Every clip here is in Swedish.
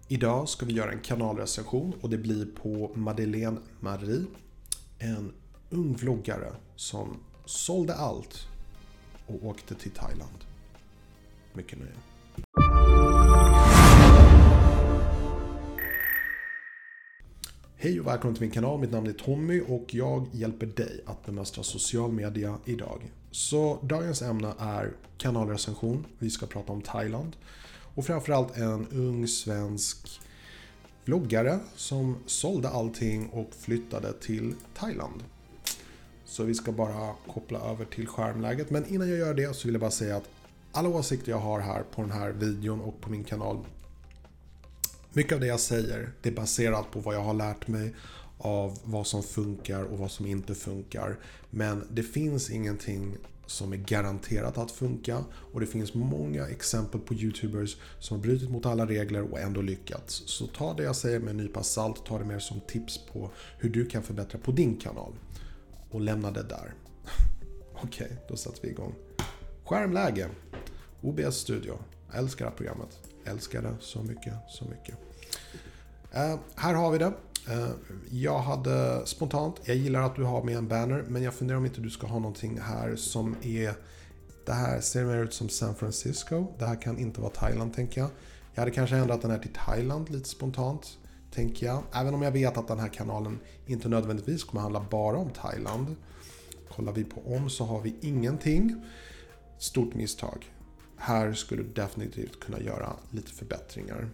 Idag ska vi göra en kanalrecension och det blir på Madeleine Marie, en ung vloggare som sålde allt och åkte till Thailand. Mycket nöje. Hej och välkommen till min kanal, mitt namn är Tommy och jag hjälper dig att bemästra social media idag. Så dagens ämne är kanalrecension, vi ska prata om Thailand och framförallt en ung svensk vloggare som sålde allting och flyttade till Thailand. Så vi ska bara koppla över till skärmläget, men innan jag gör det så vill jag bara säga att alla åsikter jag har här på den här videon och på min kanal, mycket av det jag säger, det är baserat på vad jag har lärt mig av vad som funkar och vad som inte funkar. Men det finns ingenting som är garanterat att funka och det finns många exempel på YouTubers som har brutit mot alla regler och ändå lyckats. Så ta det jag säger med en nypa salt, ta det mer som tips på hur du kan förbättra på din kanal. Och lämna det där. Okej, då sätter vi igång. Skärmläge. OBS Studio. Jag älskar det här programmet. Älskar det så mycket, så mycket. Här har vi det. Jag hade spontant, jag gillar att du har med en banner, men jag funderar om inte du ska ha någonting här som är, det här ser mer ut som San Francisco. Det här kan inte vara Thailand, tänker jag. Jag hade kanske ändrat den här till Thailand lite spontant, tänker jag. Även om jag vet att den här kanalen inte nödvändigtvis kommer handla bara om Thailand. Kollar vi på om så har vi ingenting. Stort misstag. Här skulle du definitivt kunna göra lite förbättringar.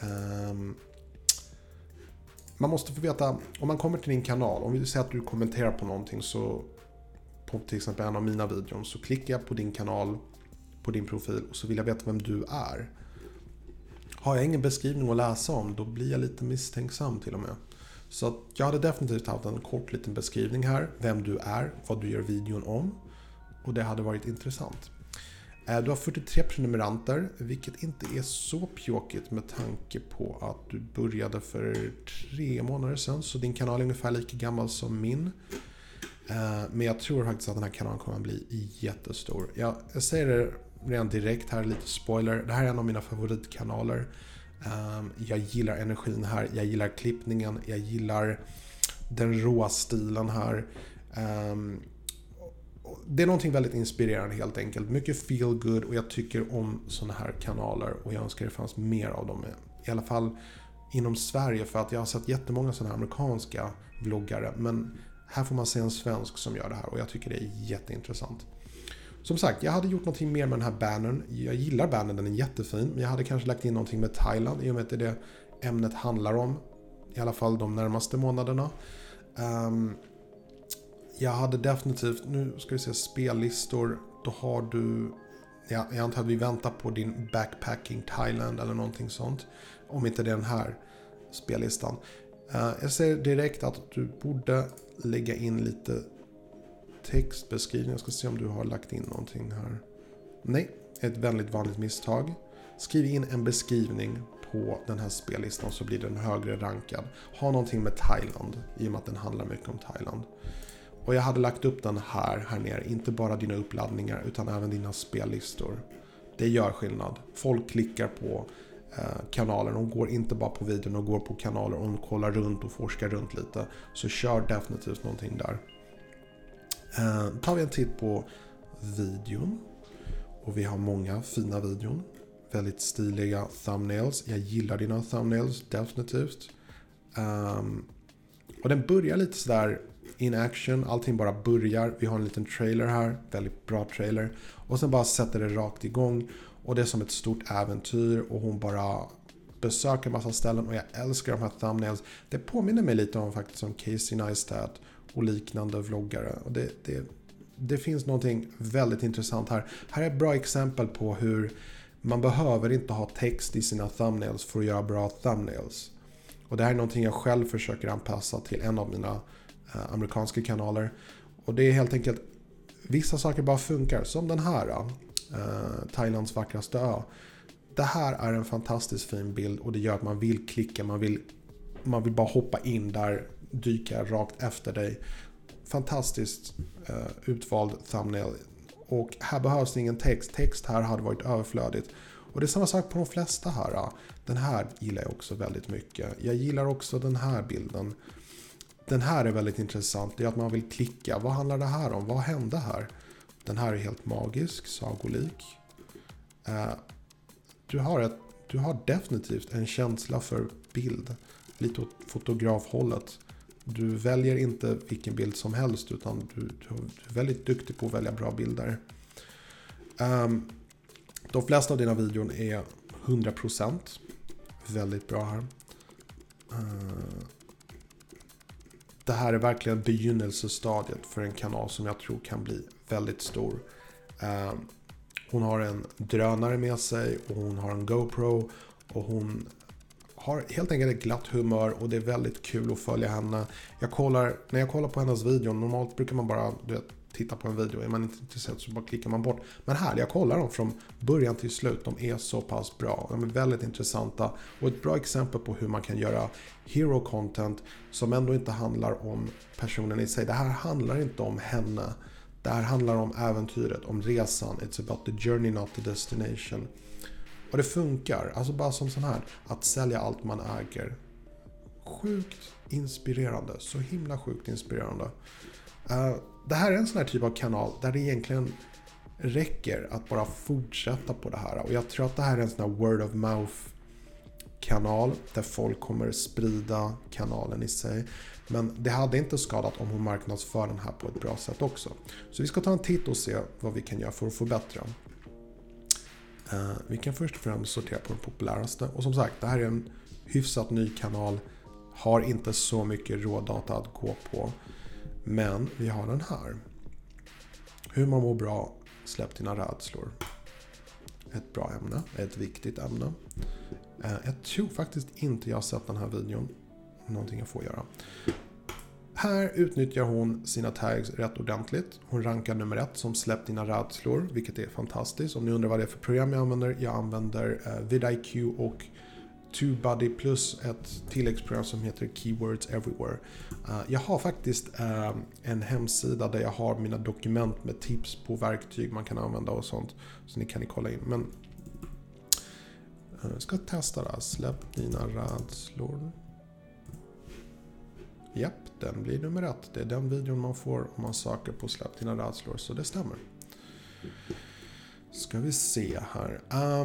Man måste få veta, om man kommer till din kanal, om vi säger att du kommenterar på någonting, så på till exempel en av mina videor, så klickar jag på din kanal, på din profil, och så vill jag veta vem du är. Har jag ingen beskrivning att läsa om, då blir jag lite misstänksam till och med. Så att jag hade definitivt haft en kort liten beskrivning här, vem du är, vad du gör videon om, och det hade varit intressant. Du har 43 prenumeranter, vilket inte är så pjåkigt med tanke på att du började för 3 månader sedan. Så din kanal är ungefär lika gammal som min. Men jag tror faktiskt att den här kanalen kommer att bli jättestor. Jag säger det redan direkt här, lite spoiler. Det här är en av mina favoritkanaler. Jag gillar energin här, jag gillar klippningen, jag gillar den råa stilen här. Det är någonting väldigt inspirerande helt enkelt. Mycket feel good och jag tycker om såna här kanaler och jag önskar det fanns mer av dem. I alla fall inom Sverige, för att jag har sett jättemånga såna här amerikanska vloggare. Men här får man se en svensk som gör det här och jag tycker det är jätteintressant. Som sagt, jag hade gjort någonting mer med den här bannern. Jag gillar bannern, den är jättefin. Men jag hade kanske lagt in någonting med Thailand i och med att det är det ämnet handlar om. I alla fall de närmaste månaderna. Jag hade definitivt, nu ska vi se spellistor, då har du, jag antar att vi väntar på din Backpacking Thailand eller någonting sånt. Om inte det är den här spellistan. Jag säger direkt att du borde lägga in lite textbeskrivning. Jag ska se om du har lagt in någonting här. Nej, ett väldigt vanligt misstag. Skriv in en beskrivning på den här spellistan så blir den högre rankad. Ha någonting med Thailand i och med att den handlar mycket om Thailand. Och jag hade lagt upp den här nere. Inte bara dina uppladdningar utan även dina spellistor. Det gör skillnad. Folk klickar på kanaler. De går inte bara på videon och går på kanaler och kollar runt och forskar runt lite. Så kör definitivt någonting där. Tar vi en titt på videon. Och vi har många fina videon. Väldigt stiliga thumbnails. Jag gillar dina thumbnails definitivt. Och den börjar lite sådär in action, allting bara börjar. Vi har en liten trailer här, väldigt bra trailer. Och sen bara sätter det rakt igång. Och det är som ett stort äventyr och hon bara besöker en massa ställen. Och jag älskar de här thumbnails. Det påminner mig lite om faktiskt som Casey Neistat och liknande vloggare. Och det finns någonting väldigt intressant här. Här är ett bra exempel på hur man behöver inte ha text i sina thumbnails för att göra bra thumbnails. Och det här är någonting jag själv försöker anpassa till en av mina amerikanska kanaler. Och det är helt enkelt, vissa saker bara funkar. Som den här, Thailands vackraste ö. Det här är en fantastiskt fin bild och det gör att man vill klicka, man vill bara hoppa in där, dyka rakt efter dig. Fantastiskt utvald thumbnail. Och här behövs ingen text. Text här hade varit överflödigt. Och det är samma sak på de flesta här. Den här gillar jag också väldigt mycket. Jag gillar också den här bilden. Den här är väldigt intressant. Det är att man vill klicka. Vad handlar det här om? Vad hände här? Den här är helt magisk, sagolik. Du har definitivt en känsla för bild. Lite åt fotografhållet. Du väljer inte vilken bild som helst, utan du är väldigt duktig på att välja bra bilder. De flesta av dina videor är 100%. Väldigt bra här. Det här är verkligen begynnelsestadiet för en kanal som jag tror kan bli väldigt stor. Hon har en drönare med sig och hon har en GoPro och hon har helt enkelt ett glatt humör och det är väldigt kul att följa henne. När jag kollar på hennes video, normalt brukar man bara titta på en video. Är man inte intresserad så bara klickar man bort. Men här, jag kollar dem från början till slut. De är så pass bra. De är väldigt intressanta. Och ett bra exempel på hur man kan göra hero content som ändå inte handlar om personen i sig. Det här handlar inte om henne. Det här handlar om äventyret, om resan. It's about the journey, not the destination. Och det funkar. Alltså bara som sån här. Att sälja allt man äger. Sjukt inspirerande. Så himla sjukt inspirerande. Det här är en sån här typ av kanal där det egentligen räcker att bara fortsätta på det här. Och jag tror att det här är en sån här word of mouth kanal där folk kommer sprida kanalen i sig. Men det hade inte skadat om hon marknadsför den här på ett bra sätt också. Så vi ska ta en titt och se vad vi kan göra för att förbättra. Vi kan först och främst sortera på den populäraste. Och som sagt, det här är en hyfsat ny kanal. Har inte så mycket rådata att gå på. Men vi har den här. Hur man mår bra, släpp dina rädslor. Ett bra ämne, ett viktigt ämne. Jag tror faktiskt inte jag har sett den här videon. Någonting jag får göra. Här utnyttjar hon sina tags rätt ordentligt. Hon rankar nummer 1 som släpp dina rädslor, vilket är fantastiskt. Om ni undrar vad det är för program jag använder vidIQ och TubeBuddy plus ett tilläggsprogram som heter Keywords Everywhere. Jag har faktiskt en hemsida där jag har mina dokument med tips på verktyg man kan använda och sånt. Så ni kan kolla in. Men jag ska testa det här. Släpp dina rädslor. Japp, den blir nummer 1. Det är den videon man får om man söker på släpp dina rädslor. Så det stämmer. Ska vi se här.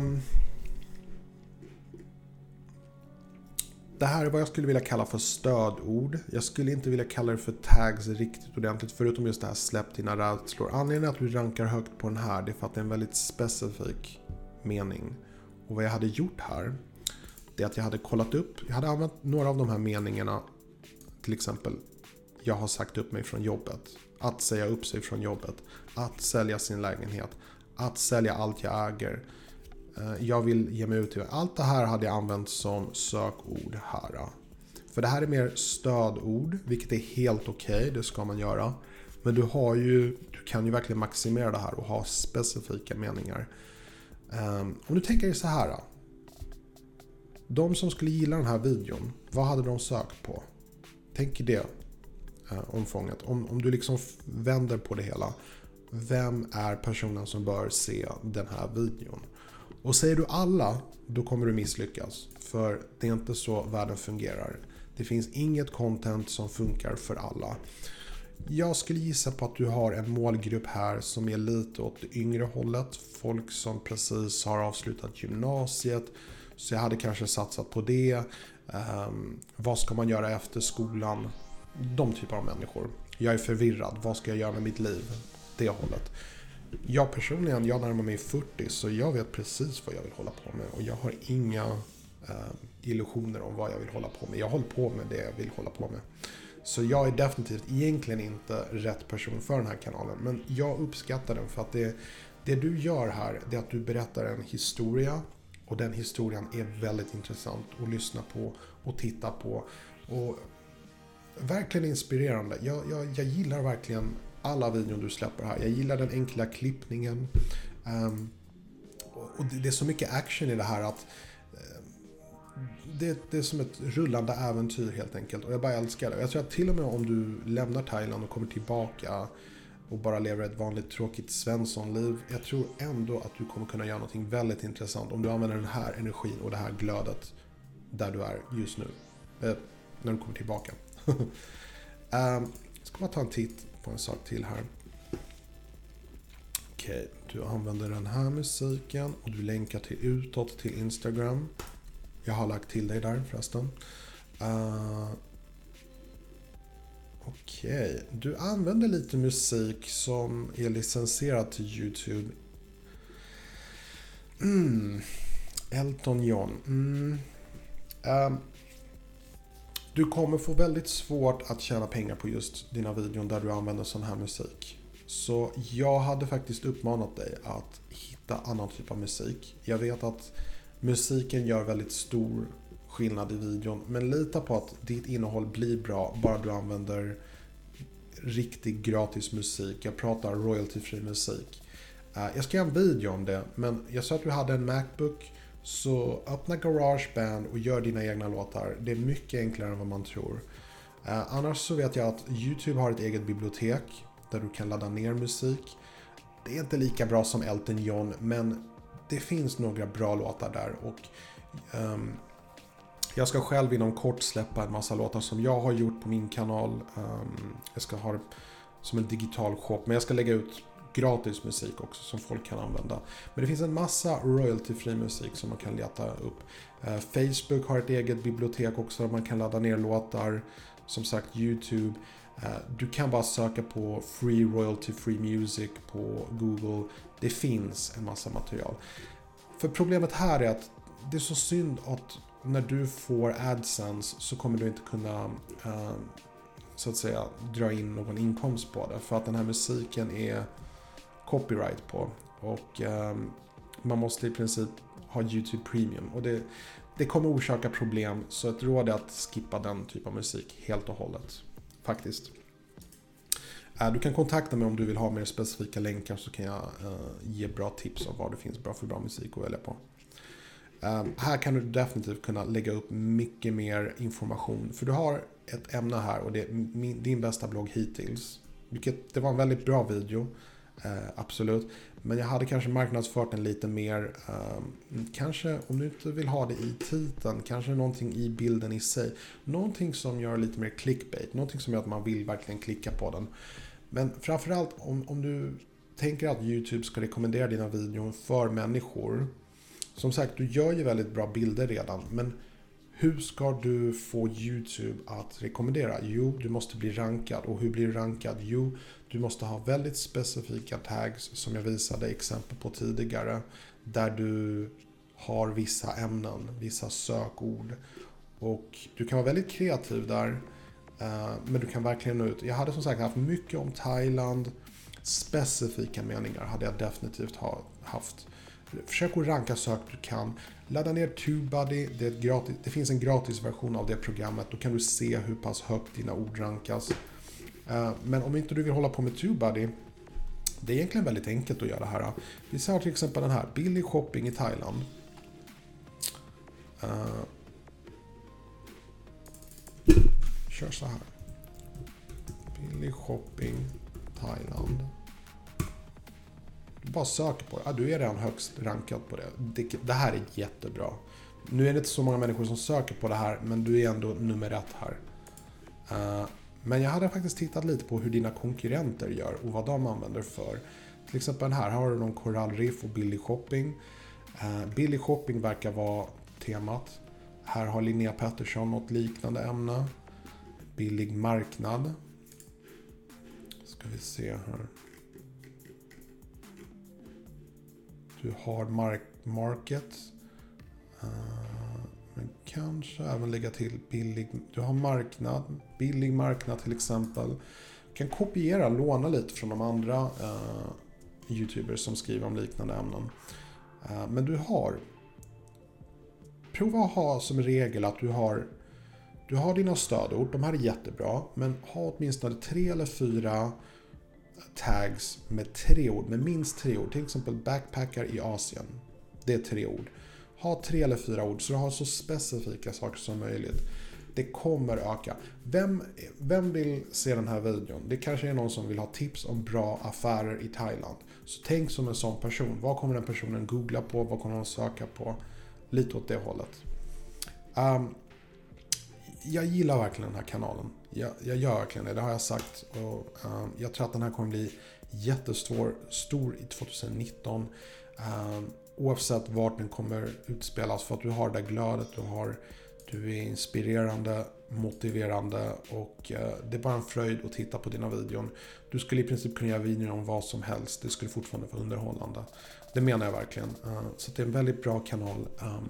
Det här är vad jag skulle vilja kalla för stödord. Jag skulle inte vilja kalla det för tags riktigt ordentligt. Förutom just det här släpp dina rädslor. Anledningen att vi rankar högt på den här. Det är för att det är en väldigt specifik mening. Och vad jag hade gjort här. Det är att jag hade kollat upp. Jag hade använt några av de här meningarna. Till exempel. Jag har sagt upp mig från jobbet. Att säga upp sig från jobbet. Att sälja sin lägenhet. Att sälja allt jag äger. Jag vill ge mig ut till. Allt det här hade jag använt som sökord här. För det här är mer stödord, vilket är helt okej. Det ska man göra. Men du kan ju verkligen maximera det här och ha specifika meningar. Om du tänker dig så här. De som skulle gilla den här videon, vad hade de sökt på? Tänk i det omfånget. Om du liksom vänder på det hela. Vem är personen som bör se den här videon? Och säger du alla, då kommer du misslyckas. För det är inte så världen fungerar. Det finns inget content som funkar för alla. Jag skulle gissa på att du har en målgrupp här som är lite åt det yngre hållet. Folk som precis har avslutat gymnasiet. Så jag hade kanske satsat på det. Vad ska man göra efter skolan? De typer av människor. Jag är förvirrad. Vad ska jag göra med mitt liv? Det hållet. Jag personligen, jag närmar mig 40 så jag vet precis vad jag vill hålla på med. Och jag har inga illusioner om vad jag vill hålla på med. Jag håller på med det jag vill hålla på med. Så jag är definitivt egentligen inte rätt person för den här kanalen. Men jag uppskattar den för att det du gör här det är att du berättar en historia. Och den historien är väldigt intressant att lyssna på och titta på. Och verkligen inspirerande. Jag gillar verkligen alla videor du släpper här. Jag gillar den enkla klippningen. Och det är så mycket action i det här att det är som ett rullande äventyr helt enkelt. Och jag bara älskar det. Jag tror att till och med om du lämnar Thailand och kommer tillbaka och bara lever ett vanligt tråkigt Svensson-liv. Jag tror ändå att du kommer kunna göra någonting väldigt intressant om du använder den här energin och det här glödet där du är just nu. När du kommer tillbaka. Ska bara ta en titt på en sak till här. Okej, du använder den här musiken och du länkar till utåt till Instagram. Jag har lagt till dig där förresten. Okej, du använder lite musik som är licensierad till YouTube. Elton John. Du kommer få väldigt svårt att tjäna pengar på just dina videon där du använder sån här musik. Så jag hade faktiskt uppmanat dig att hitta annan typ av musik. Jag vet att musiken gör väldigt stor skillnad i videon, men lita på att ditt innehåll blir bra bara du använder riktig gratis musik. Jag pratar royalty-fri musik. Jag ska göra en video om det, men jag sa att du hade en MacBook, så öppna GarageBand och gör dina egna låtar. Det är mycket enklare än vad man tror. Annars så vet jag att YouTube har ett eget bibliotek där du kan ladda ner musik. Det är inte lika bra som Elton John, men det finns några bra låtar där. Och jag ska själv inom kort släppa en massa låtar som jag har gjort på min kanal. Jag ska ha det som en digital shop, men jag ska lägga ut gratis musik också som folk kan använda. Men det finns en massa royalty-fri musik som man kan leta upp. Facebook har ett eget bibliotek också där man kan ladda ner låtar. Som sagt, YouTube. Du kan bara söka på free royalty-free music på Google. Det finns en massa material. För problemet här är att det är så synd att när du får AdSense så kommer du inte kunna så att säga dra in någon inkomst på det. För att den här musiken är copyright på. Och man måste i princip ha YouTube Premium. Och det kommer orsaka problem, så ett råd är att skippa den typ av musik helt och hållet. Faktiskt. Du kan kontakta mig om du vill ha mer specifika länkar, så kan jag ge bra tips om vad det finns för bra musik att välja på. Här kan du definitivt kunna lägga upp mycket mer information. För du har ett ämne här och det är din bästa blogg hittills. Det var en väldigt bra video. Absolut. Men jag hade kanske marknadsfört den lite mer. Kanske om du inte vill ha det i titeln. Kanske någonting i bilden i sig. Någonting som gör lite mer clickbait. Någonting som gör att man vill verkligen klicka på den. Men framförallt om du tänker att YouTube ska rekommendera dina videor för människor. Som sagt, du gör ju väldigt bra bilder redan. Men hur ska du få YouTube att rekommendera? Jo, du måste bli rankad. Och hur blir du rankad? Jo, du måste ha väldigt specifika tags som jag visade exempel på tidigare. Där du har vissa ämnen, vissa sökord. Och du kan vara väldigt kreativ där. Men du kan verkligen nå ut. Jag hade som sagt haft mycket om Thailand. Specifika meningar hade jag definitivt haft. Försök att ranka sök du kan. Ladda ner TubeBuddy. Det finns en gratis version av det programmet. Då kan du se hur pass högt dina ord rankas. Men om inte du vill hålla på med TubeBuddy, det är egentligen väldigt enkelt att göra det här. Vi ser till exempel den här. Billig shopping i Thailand. Kör så här. Billig shopping Thailand. Du bara söker på det. Du är redan högst rankad på det. Det här är jättebra. Nu är det inte så många människor som söker på det här, men du är ändå nummer 1 här. Men jag hade faktiskt tittat lite på hur dina konkurrenter gör och vad de använder för. Till exempel här har du någon korallriff och billig shopping. Billig shopping verkar vara temat. Här har Linnea Pettersson något liknande ämne. Billig marknad. Ska vi se här. Du har market. Men kanske även lägga till billig. Du har marknad. Billig marknad till exempel. Du kan kopiera, låna lite från de andra YouTubers som skriver om liknande ämnen. Men du har. Prova att ha som regel att du har dina stödord. De här är jättebra. Men ha åtminstone 3 eller 4 tags med 3 ord. Med minst 3 ord. Till exempel backpackar i Asien. Det är 3 ord. Ha 3 eller 4 ord så du har så specifika saker som möjligt. Det kommer öka. Vem vill se den här videon? Det kanske är någon som vill ha tips om bra affärer i Thailand. Så tänk som en sån person. Vad kommer den personen googla på? Vad kommer de söka på? Lite åt det hållet. Jag gillar verkligen den här kanalen. Jag gör verkligen det. Det har jag sagt. Och, jag tror att den här kommer bli jättestor i 2019. Oavsett vart den kommer utspelas. För att du har det där glödet. Du är inspirerande, motiverande. Och det är bara en fröjd att titta på dina videon. Du skulle i princip kunna göra videor om vad som helst. Det skulle fortfarande vara underhållande. Det menar jag verkligen. Så det är en väldigt bra kanal.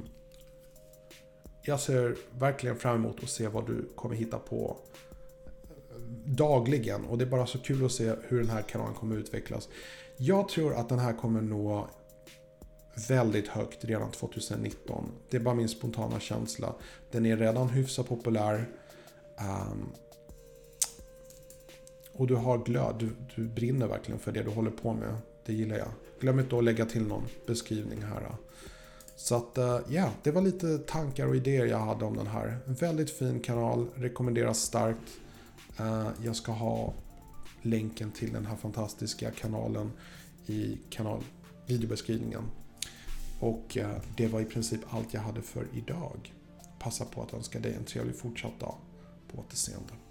Jag ser verkligen fram emot att se vad du kommer hitta på dagligen. Och det är bara så kul att se hur den här kanalen kommer utvecklas. Jag tror att den här kommer nå väldigt högt redan 2019. Det är bara min spontana känsla. Den är redan hyfsat populär. Och du har glöd. Du brinner verkligen för det du håller på med. Det gillar jag. Glöm inte att lägga till någon beskrivning här. Så att det var lite tankar och idéer jag hade om den här. En väldigt fin kanal, rekommenderas starkt. Jag ska ha länken till den här fantastiska kanalen i videobeskrivningen. Och det var i princip allt jag hade för idag. Passa på att önska dig en trevlig fortsatt dag. På återseende.